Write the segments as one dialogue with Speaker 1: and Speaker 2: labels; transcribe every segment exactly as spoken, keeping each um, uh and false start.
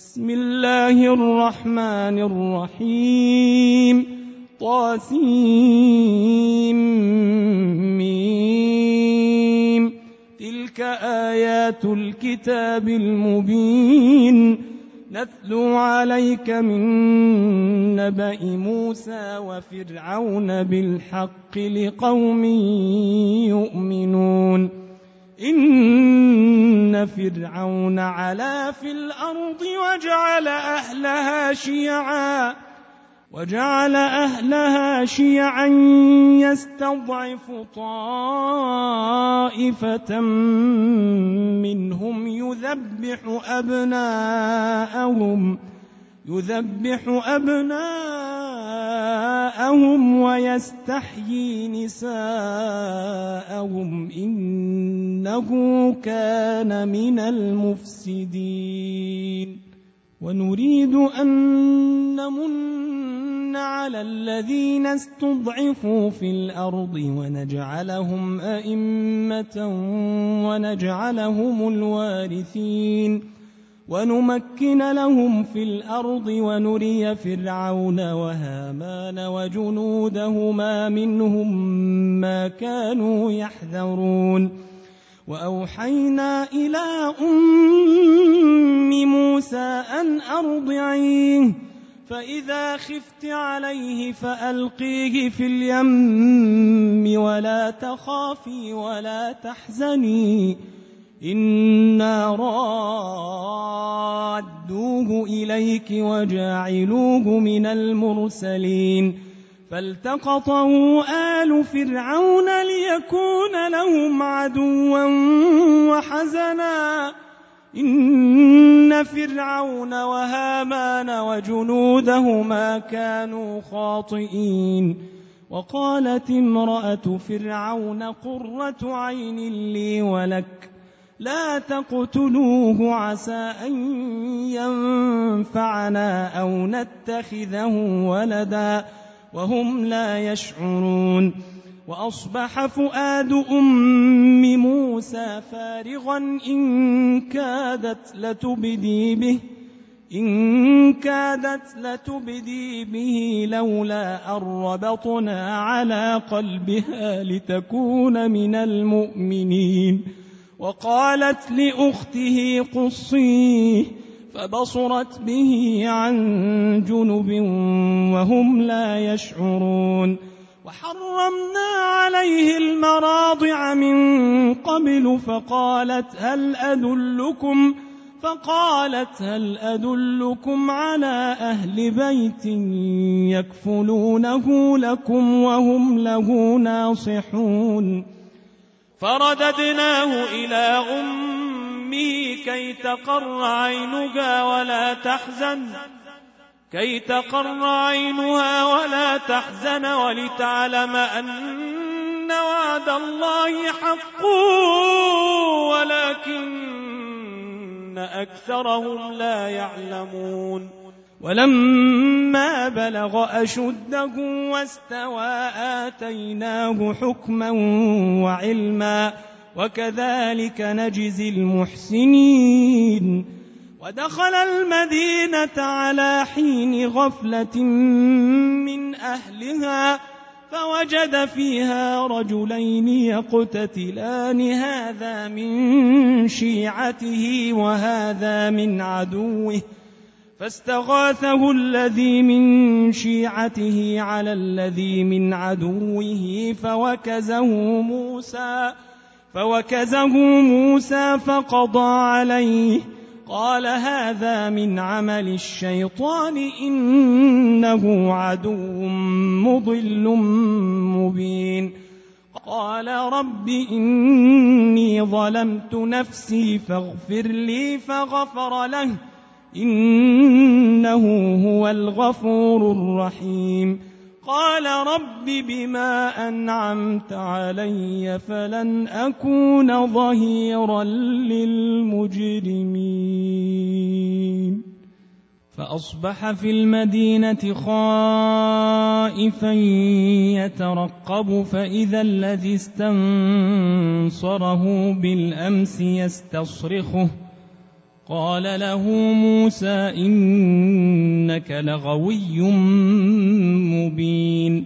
Speaker 1: بسم الله الرحمن الرحيم طاسيم تلك آيات الكتاب المبين نتلو عليك من نبأ موسى وفرعون بالحق لقوم يؤمنون إن فرعون علا في الأرض وجعل أهلها شيعا وجعل أهلها شيعا يستضعف طائفة منهم يذبح أبناءهم يذبح أبناءهم ويستحيي نساءهم إنه كان من المفسدين ونريد أن نمن على الذين استضعفوا في الأرض ونجعلهم أئمة ونجعلهم الوارثين ونمكن لهم في الأرض ونري فرعون وهامان وجنودهما منهم ما كانوا يحذرون وأوحينا إلى أم موسى أن أرضعيه فإذا خفت عليه فألقيه في اليم ولا تخافي ولا تحزني إنا رادوه إليك وجاعلوه من المرسلين فالتقطه آل فرعون ليكون لهم عدوا وحزنا إن فرعون وهامان وجنودهما كانوا خاطئين وقالت امرأة فرعون قرة عين لي ولك لا تقتلوه عسى أن ينفعنا أو نتخذه ولدا وهم لا يشعرون وأصبح فؤاد أم موسى فارغا إن كادت لتبدي به إن كادت لتبدي به لولا أن ربطنا على قلبها لتكون من المؤمنين وقالت لأخته قصيه فبصرت به عن جنب وهم لا يشعرون وحرمنا عليه المراضع من قبل فقالت هل أدلكم فقالت هل أدلكم على أهل بيت يكفلونه لكم وهم له ناصحون فرددناه إلى أمه كي تقر عينها ولا تحزن كي تقر عينها ولا تحزن ولتعلم أن وعد الله حق ولكن أكثرهم لا يعلمون ولما بلغ أشده واستوى آتيناه حكما وعلما وكذلك نجزي المحسنين ودخل المدينة على حين غفلة من أهلها فوجد فيها رجلين يقتتلان هذا من شيعته وهذا من عدوه فاستغاثه الذي من شيعته على الذي من عدوه فوكزه موسى فوكزه موسى فقضى عليه قال هذا من عمل الشيطان إنه عدو مضل مبين قال رب إني ظلمت نفسي فاغفر لي فغفر له إنه هو الغفور الرحيم قال رب بما أنعمت علي فلن أكون ظهيرا للمجرمين فأصبح في المدينة خائفا يترقب فإذا الذي استنصره بالأمس يستصرخه قال له موسى إنك لغوي مبين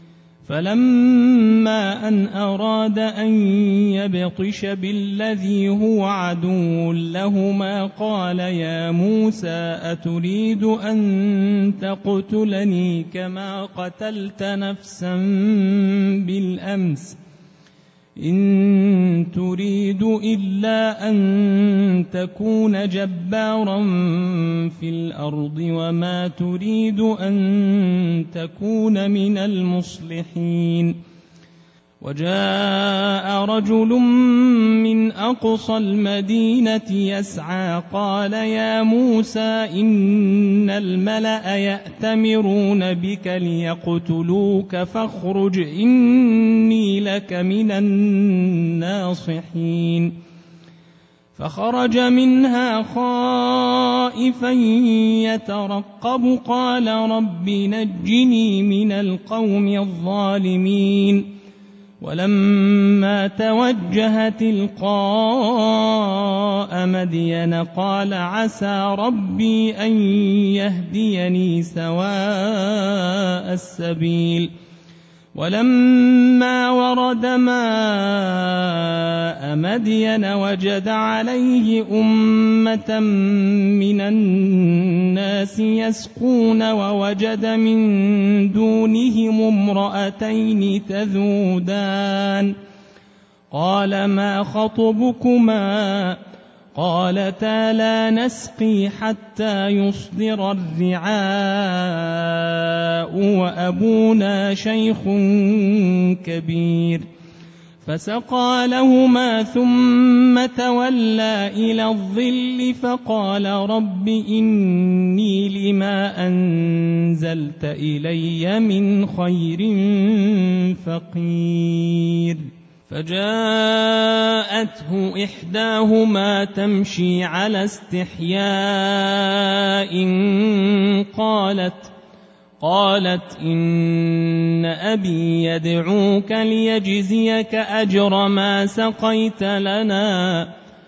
Speaker 1: فلما أن أراد أن يبطش بالذي هو عدو لهما قال يا موسى أتريد أن تقتلني كما قتلت نفسا بالأمس إن تريد إلا أن تكون جبارا في الأرض وما تريد أن تكون من المصلحين وجاء رجل من أقصى المدينة يسعى قال يا موسى إن الملأ يأتمرون بك ليقتلوك فاخرج إني لك من الناصحين فخرج منها خائفا يترقب قال رب نجني من القوم الظالمين ولما توجه تلقاء مدين قال عسى ربي أن يهديني سواء السبيل ولما ورد ماء مدين وجد عليه أمة من الناس يسقون ووجد من دونهم امرأتين تذودان قال ما خطبكما قالتا لا نسقي حتى يصدر الرعاء وأبونا شيخ كبير فسقى لهما ثم تولى إلى الظل فقال رب إني لما أنزلت إلي من خير فقير فجاءته إحداهما تمشي على استحياء قالت قالت إن أبي يدعوك ليجزيك أجر ما سقيت لنا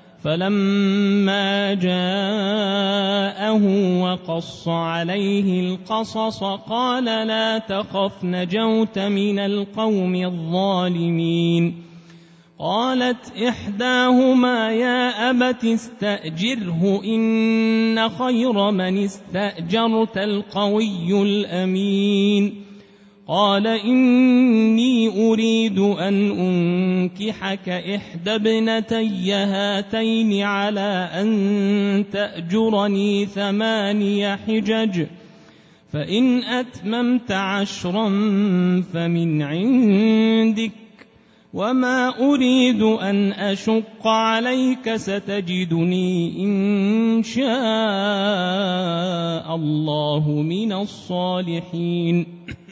Speaker 1: فلما جاءه وقص عليه القصص قال لا تخف نجوت من القوم الظالمين قالت إحداهما يا أبت استأجره إن خير من استأجرت القوي الأمين قال إني أريد أن أنكحك إحدى ابنتي هاتين على أن تأجرني ثماني حجج فإن أتممت عشرا فمن عندك وما أريد أن أشق عليك ستجدني إن شاء الله من الصالحين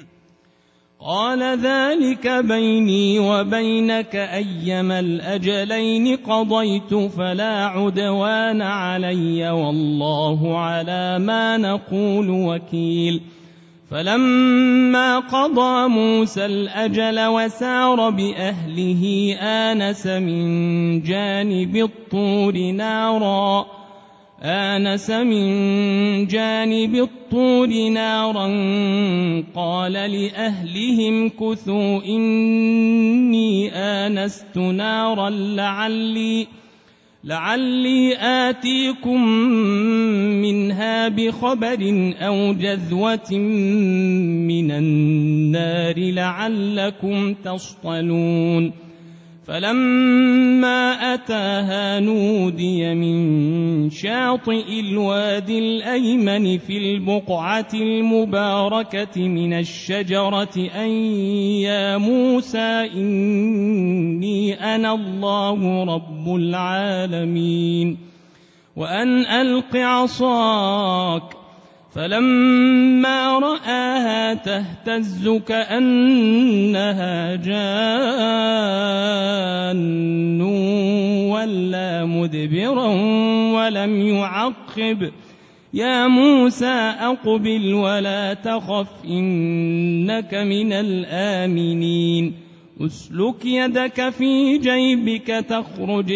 Speaker 1: قال ذلك بيني وبينك أيما الأجلين قضيت فلا عدوان علي والله على ما نقول وكيل فلما قضى موسى الأجل وسار بأهله آنس من جانب الطور نارا آنس من جانب الطور نارا قال لأهلهم كثوا إني آنست نارا لعلي لعلي آتيكم منها بخبر أو جذوة من النار لعلكم تصطلون فلما أتاها نودي من شاطئ الوادي الأيمن في البقعة المباركة من الشجرة أن يا موسى إني أنا الله رب العالمين وأن ألق عصاك فلما رآها تهتز كأنها جان ولا مدبرا ولم يعقب يا موسى أقبل ولا تخف إنك من الآمنين أسلك يدك في جيبك تخرج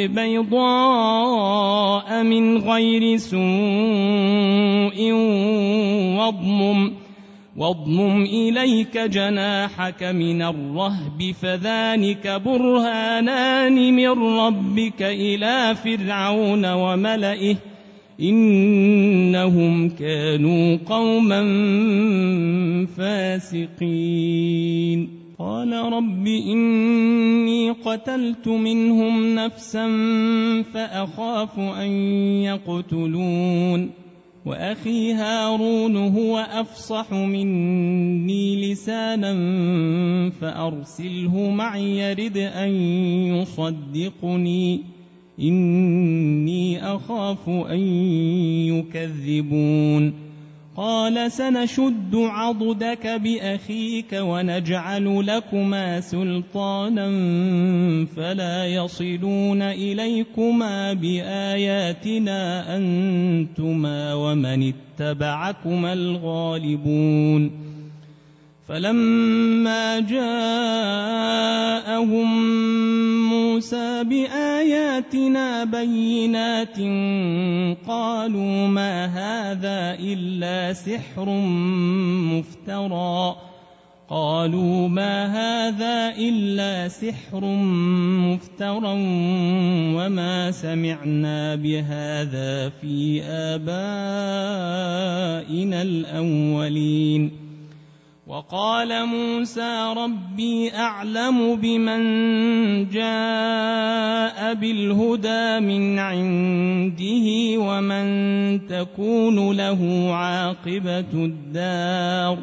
Speaker 1: بيضاء من غير سوء واضمم, واضمم إليك جناحك من الرهب فذلك برهانان من ربك إلى فرعون وملئه إنهم كانوا قوما فاسقين. قال رب إني قتلت منهم نفسا فأخاف أن يقتلون وأخي هارون هو أفصح مني لسانا فأرسله معي يرد أن يصدقني إني أخاف أن يكذبون. قال سنشد عضدك بأخيك ونجعل لكما سلطانا فلا يصلون إليكما بآياتنا أنتما ومن اتبعكما الغالبون. فلما جاءهم موسى بآياتنا بينات قالوا ما هذا إلا سحر مفترى قالوا ما هذا إلا سحر مفترى وما سمعنا بهذا في آبائنا الأولين. وقال موسى ربي أعلم بمن جاء بالهدى من عنده ومن تكون له عاقبة الدار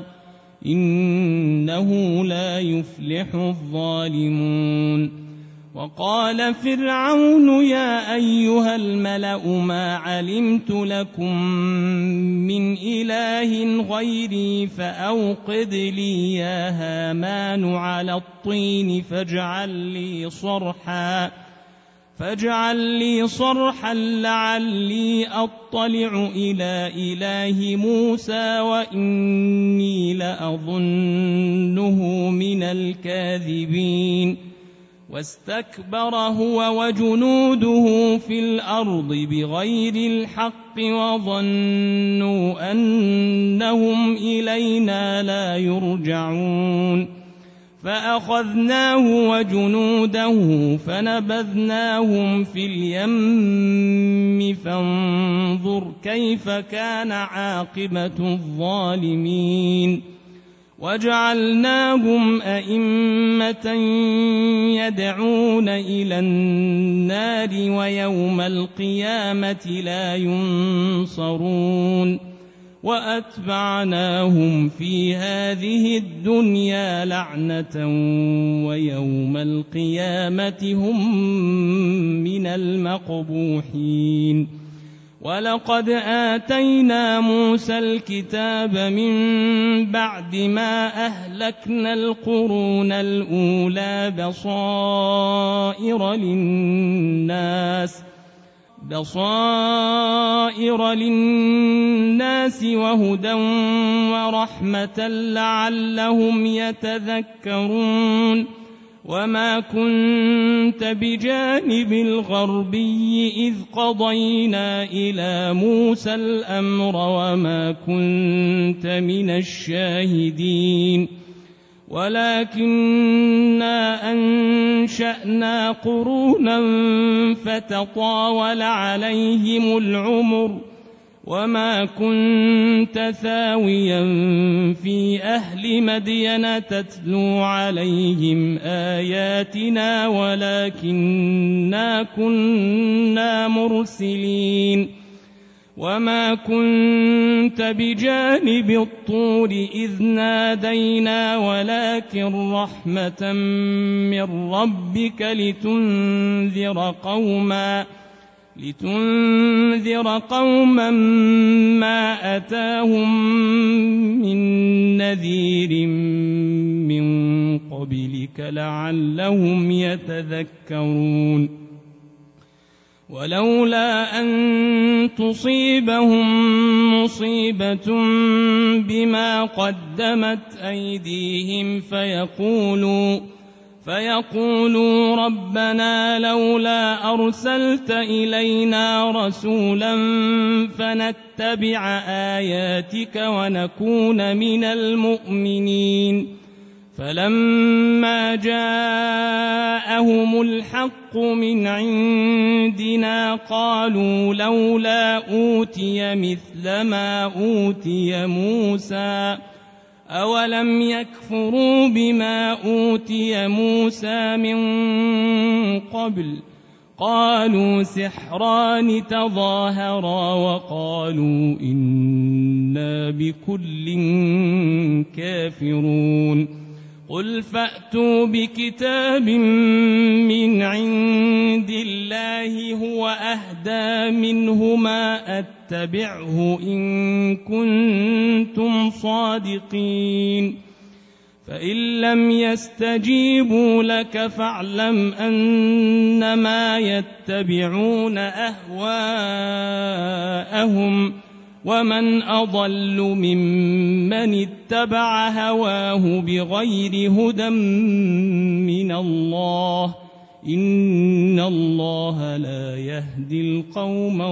Speaker 1: إنه لا يفلح الظالمون. وقال فرعون يا أيها الملأ ما علمت لكم من إله غيري فأوقد لي يا هامان على الطين فاجعل لي صرحا فاجعل لي صرحا لعلي أطلع إلى إله موسى وإني لأظنه من الكاذبين. واستكبر هو وجنوده في الأرض بغير الحق وظنوا أنهم إلينا لا يرجعون. فأخذناه وجنوده فنبذناهم في اليم فانظر كيف كان عاقبة الظالمين. وجعلناهم أئمة يدعون إلى النار ويوم القيامة لا ينصرون. وأتبعناهم في هذه الدنيا لعنة ويوم القيامة هم من المقبوحين. ولقد آتينا موسى الكتاب من بعد ما أهلكنا القرون الأولى بصائر للناس بصائر للناس وهدى ورحمة لعلهم يتذكرون. وما كنت بجانب الغربي إذ قضينا إلى موسى الأمر وما كنت من الشاهدين ولكننا أنشأنا قرونا فتطاول عليهم العمر وما كنت ثاويا في أهل مدين تتلو عليهم آياتنا ولكننا كنا مرسلين. وما كنت بجانب الطور إذ نادينا ولكن رحمة من ربك لتنذر قوما لتنذر قوما ما أتاهم من نذير من قبلك لعلهم يتذكرون. ولولا أن تصيبهم مصيبة بما قدمت أيديهم فيقولوا فيقولوا ربنا لولا أرسلت إلينا رسولا فنتبع آياتك ونكون من المؤمنين فلما جاءهم الحق من عندنا قالوا لولا أوتي مثل ما أوتي موسى أولم يكفروا بما أوتي موسى من قبل قالوا سحران تظاهرا وقالوا إنا بكل كافرون قل فأتوا بكتاب من عند الله هو أهدى منهما أتبعه إن كنتم صادقين فإن لم يستجيبوا لك فاعلم أنما يتبعون أهواءهم ومن أضل ممن اتبع هواه بغير هدى من الله إن الله لا يهدي القوم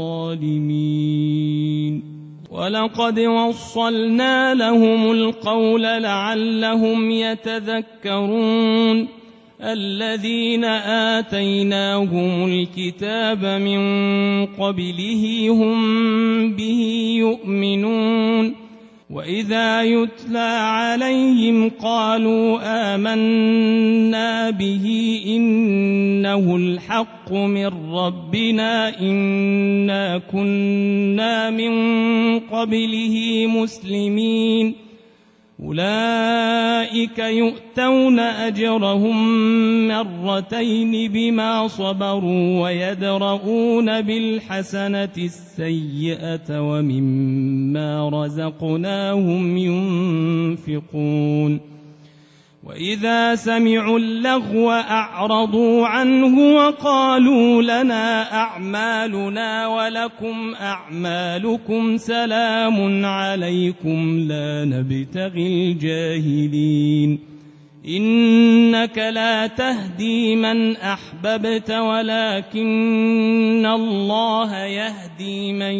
Speaker 1: الظالمين ولقد وصلنا لهم القول لعلهم يتذكرون الذين آتيناهم الكتاب من قبله هم به يؤمنون وإذا يتلى عليهم قالوا آمنا به إنه الحق من ربنا إنا كنا من قبله مسلمين أولئك يؤتون أجرهم مرتين بما صبروا ويدرؤون بالحسنة السيئة ومما رزقناهم ينفقون وإذا سمعوا اللغو أعرضوا عنه وقالوا لنا أعمالنا ولكم أعمالكم سلام عليكم لا نبتغي الجاهلين إنك لا تهدي من أحببت ولكن الله يهدي من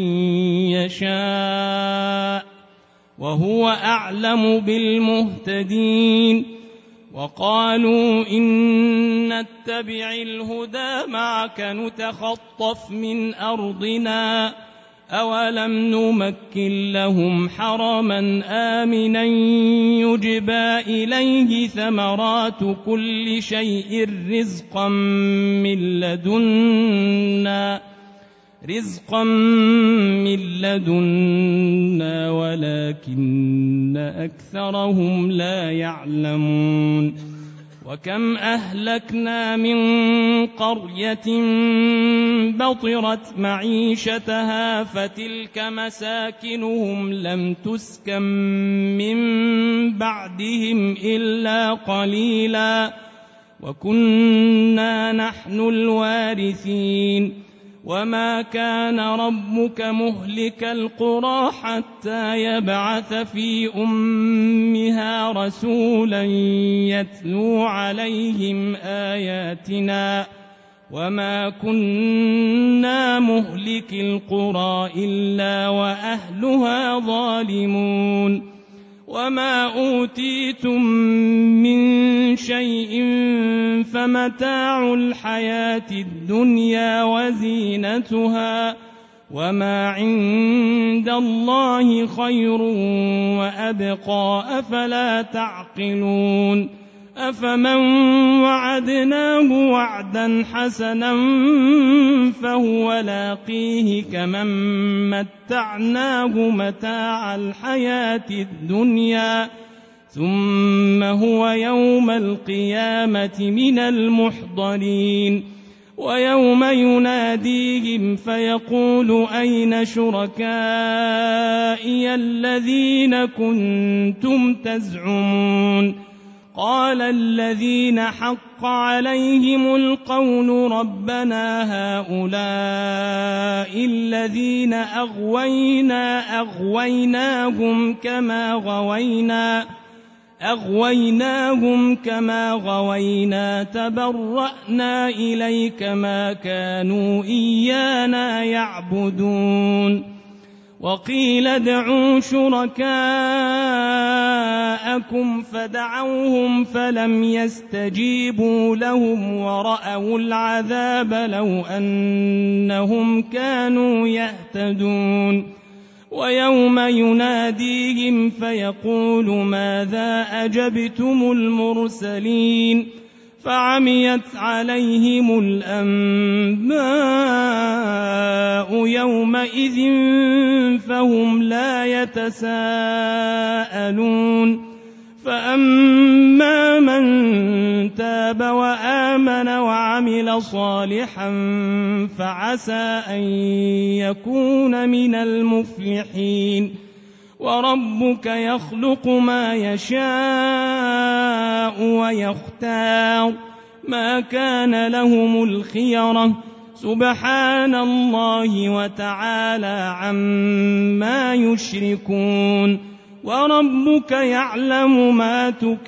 Speaker 1: يشاء وهو أعلم بالمهتدين وقالوا إن نتبع الهدى معك نتخطف من أرضنا أولم نمكن لهم حرما آمنا يجبى إليه ثمرات كل شيء رزقا من لدنا رزقا من لدنا ولكن أكثرهم لا يعلمون وكم أهلكنا من قرية بطرت معيشتها فتلك مساكنهم لم تسكن من بعدهم إلا قليلا وكنا نحن الوارثين وما كان ربك مهلك القرى حتى يبعث في أمها رسولا يتلو عليهم آياتنا وما كنا مهلك القرى إلا وأهلها ظالمون وما أوتيتم من شيء فمتاع الحياة الدنيا وزينتها وما عند الله خير وأبقى أفلا تعقلون أفمن وعدناه وعدا حسنا فهو لاقيه كمن متعناه متاع الحياة الدنيا ثم هو يوم القيامة من المحضرين ويوم يناديهم فيقول أين شركائي الذين كنتم تزعمون قال الذين حق عليهم القول ربنا هؤلاء الذين أغوينا أغويناهم كما غوينا أغويناهم كما غوينا تبرأنا إليك ما كانوا إيانا يعبدون وقيل ادعوا شركاءكم فدعوهم فلم يستجيبوا لهم ورأوا العذاب لو أنهم كانوا يهتدون ويوم يناديهم فيقول ماذا أجبتم المرسلين فعميت عليهم الأنباء يومئذ فهم لا يتساءلون فأما من تاب وآمن وعمل صالحا فعسى أن يكون من المفلحين وربك يخلق ما يشاء ويختار ما كان لهم الخيرة سبحان الله وتعالى عما يشركون وربك يعلم ما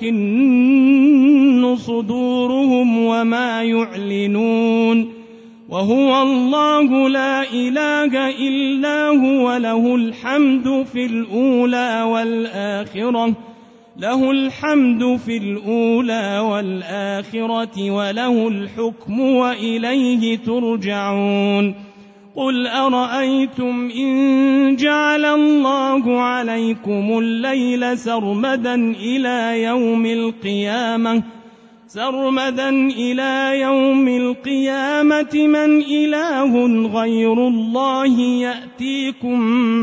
Speaker 1: تكن صدورهم وما يعلنون وهو الله لا إله إلا هو له الحمد في الأولى والآخرة له الحمد في الأولى والآخرة وله الحكم وإليه ترجعون قل أرأيتم إن جعل الله عليكم الليل سرمدا إلى يوم القيامة سرمدا إلى يوم القيامة من إله غير الله يأتيكم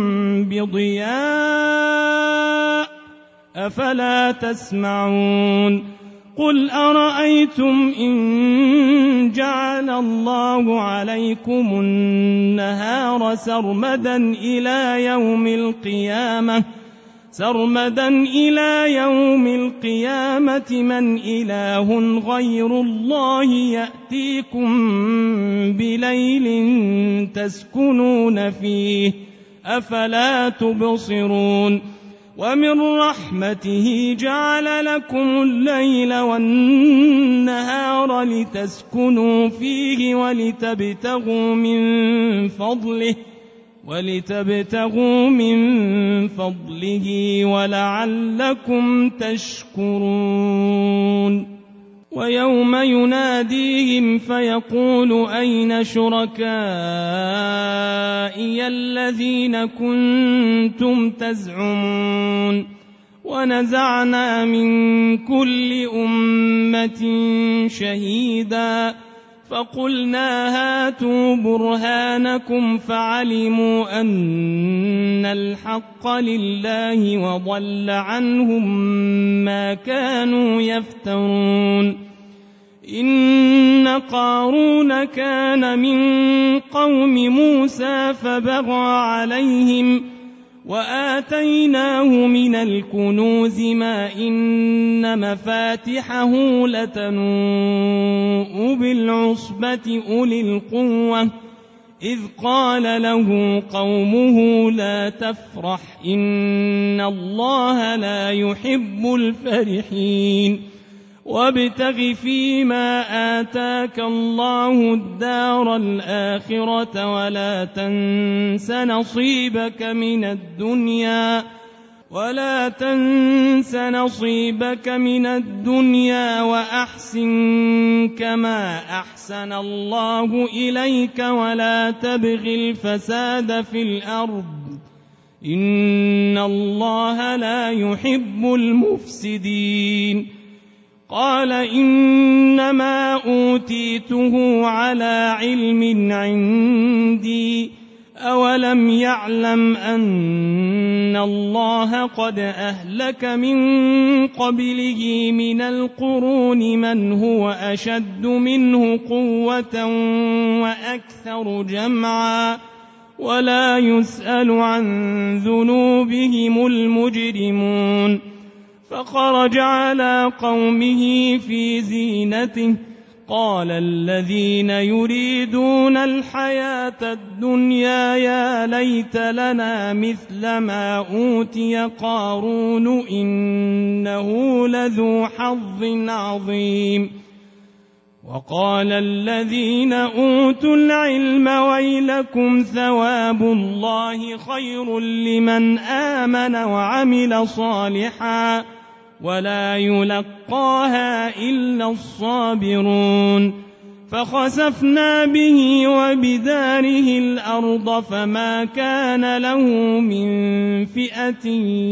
Speaker 1: بضياء أفلا تسمعون قل أرأيتم إن جعل الله عليكم النهار سرمدا إلى يوم القيامة سرمدا إلى يوم القيامة من إله غير الله يأتيكم بليل تسكنون فيه أفلا تبصرون ومن رحمته جعل لكم الليل والنهار لتسكنوا فيه ولتبتغوا من فضله ولتبتغوا من فضله ولعلكم تشكرون ويوم يناديهم فيقول أين شركائي الذين كنتم تزعمون ونزعنا من كل أمة شهيدا فقلنا هاتوا برهانكم فعلموا أن الحق لله وضل عنهم ما كانوا يفترون إن قارون كان من قوم موسى فبغى عليهم وآتيناه من الكنوز ما إن مفاتحه لتنوء بالعصبة أولي القوة إذ قال له قومه لا تفرح إن الله لا يحب الفرحين وابتغ فيما آتاك الله الدار الآخرة ولا تنس نصيبك من الدنيا ولا تنس نصيبك من الدنيا وأحسن كما أحسن الله إليك ولا تبغ الفساد في الأرض إن الله لا يحب المفسدين قال إنما أوتيته على علم عندي أولم يعلم أن الله قد أهلك من قبله من القرون من هو أشد منه قوة وأكثر جمعا ولا يسأل عن ذنوبهم المجرمون فخرج على قومه في زينته وقال الذين يريدون الحياة الدنيا يا ليت لنا مثل ما أوتي قارون إنه لذو حظ عظيم وقال الذين أوتوا العلم ويلكم ثواب الله خير لمن آمن وعمل صالحا ولا يلقاها إلا الصابرون فخسفنا به وبداره الأرض فما كان له من فئة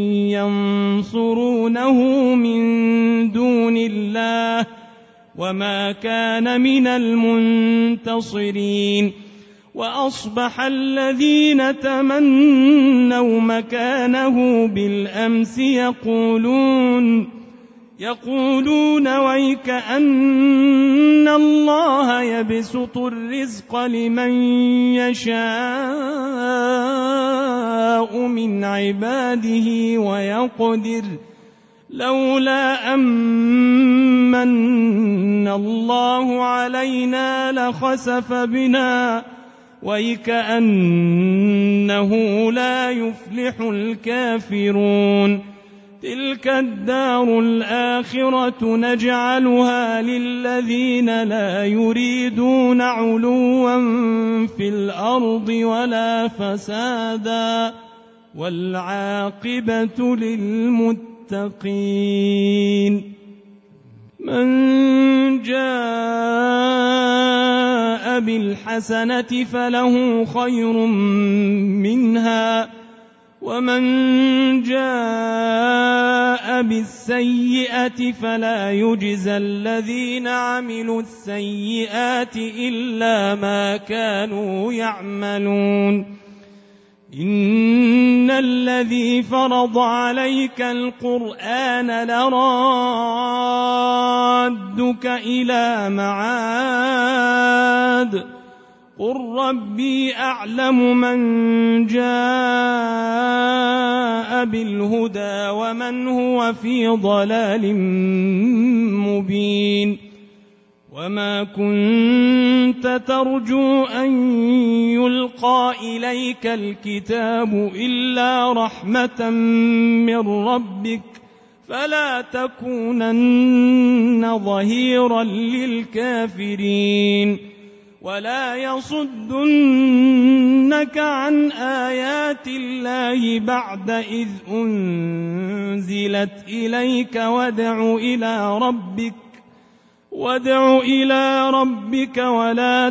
Speaker 1: ينصرونه من دون الله وما كان من المنتصرين وأصبح الذين تمنوا مكانه بالأمس يقولون يقولون ويك أن الله يبسط الرزق لمن يشاء من عباده ويقدر لولا أمن الله علينا لخسف بنا ويكأنه لا يفلح الكافرون تلك الدار الآخرة نجعلها للذين لا يريدون علوا في الأرض ولا فسادا والعاقبة للمتقين من جاء بالحسنة فله خير منها ومن جاء بالسيئة فلا يجزى الذين عملوا السيئات إلا ما كانوا يعملون إن الذي فرض عليك القرآن لرادك إلى معاد قل ربي أعلم من جاء بالهدى ومن هو في ضلال مبين وما كنت ترجو أن يلقى إليك الكتاب إلا رحمة من ربك فلا تكونن ظهيرا للكافرين ولا يصدنك عن آيات الله بعد إذ أنزلت إليك وادع إلى ربك وادع إلى ربك ولا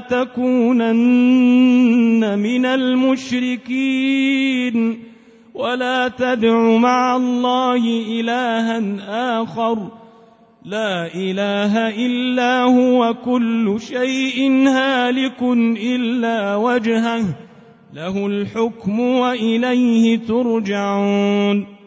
Speaker 1: تكونن من المشركين ولا تدع مع الله إلها آخر لا إله إلا هو كل شيء هالك إلا وجهه له الحكم وإليه ترجعون